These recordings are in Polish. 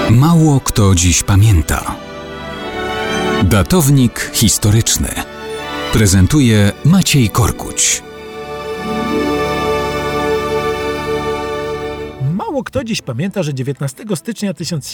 Mało kto dziś pamięta. Datownik historyczny prezentuje Maciej Korkuć. Mało kto dziś pamięta, że 19 stycznia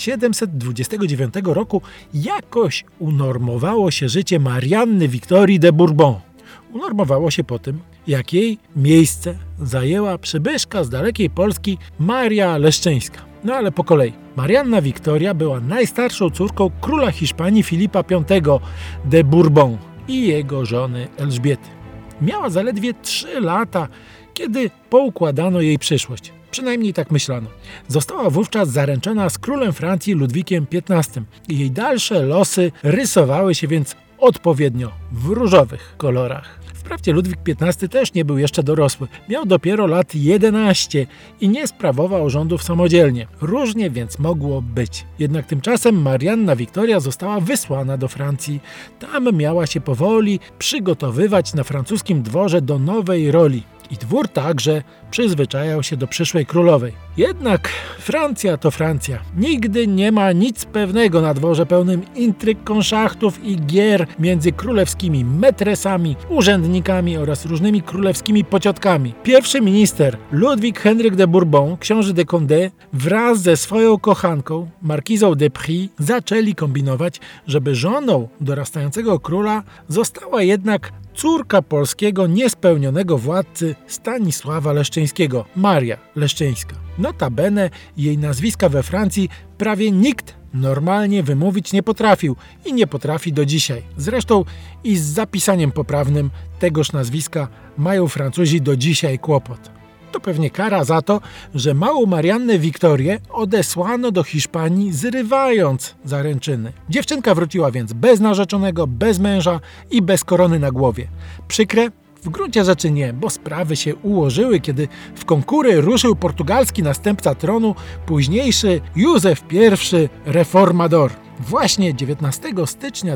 1729 roku jakoś unormowało się życie Marianny Wiktorii de Bourbon. Unormowało się po tym, jak jej miejsce zajęła przybyszka z dalekiej Polski Maria Leszczyńska. No ale po kolei. Marianna Wiktoria była najstarszą córką króla Hiszpanii Filipa V de Bourbon i jego żony Elżbiety. Miała zaledwie 3 lata, kiedy poukładano jej przyszłość. Przynajmniej tak myślano. Została wówczas zaręczona z królem Francji Ludwikiem XV. Jej dalsze losy rysowały się więc odpowiednio w różowych kolorach. Wprawdzie Ludwik XV też nie był jeszcze dorosły. Miał dopiero lat 11 i nie sprawował rządów samodzielnie. Różnie więc mogło być. Jednak tymczasem Marianna Wiktoria została wysłana do Francji. Tam miała się powoli przygotowywać na francuskim dworze do nowej roli. I dwór także przyzwyczajał się do przyszłej królowej. Jednak Francja to Francja. Nigdy nie ma nic pewnego na dworze pełnym intryg, konszachtów i gier między królewskimi metresami, urzędnikami oraz różnymi królewskimi pociotkami. Pierwszy minister Ludwik Henryk de Bourbon, książę de Condé, wraz ze swoją kochanką, markizą de Prie, zaczęli kombinować, żeby żoną dorastającego króla została jednak córka polskiego niespełnionego władcy Stanisława Leszczyńskiego, Maria Leszczyńska. Notabene jej nazwiska we Francji prawie nikt normalnie wymówić nie potrafił i nie potrafi do dzisiaj. Zresztą i z zapisaniem poprawnym tegoż nazwiska mają Francuzi do dzisiaj kłopot. To pewnie kara za to, że małą Mariannę Wiktorię odesłano do Hiszpanii, zrywając zaręczyny. Dziewczynka wróciła więc bez narzeczonego, bez męża i bez korony na głowie. Przykre? W gruncie rzeczy nie, bo sprawy się ułożyły, kiedy w konkury ruszył portugalski następca tronu, późniejszy Józef I Reformador. Właśnie 19 stycznia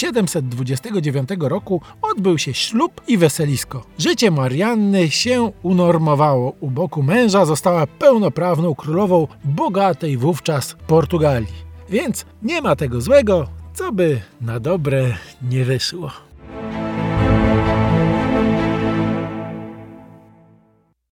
1729 roku odbył się ślub i weselisko. Życie Marianny się unormowało. U boku męża została pełnoprawną królową bogatej wówczas Portugalii. Więc nie ma tego złego, co by na dobre nie wyszło.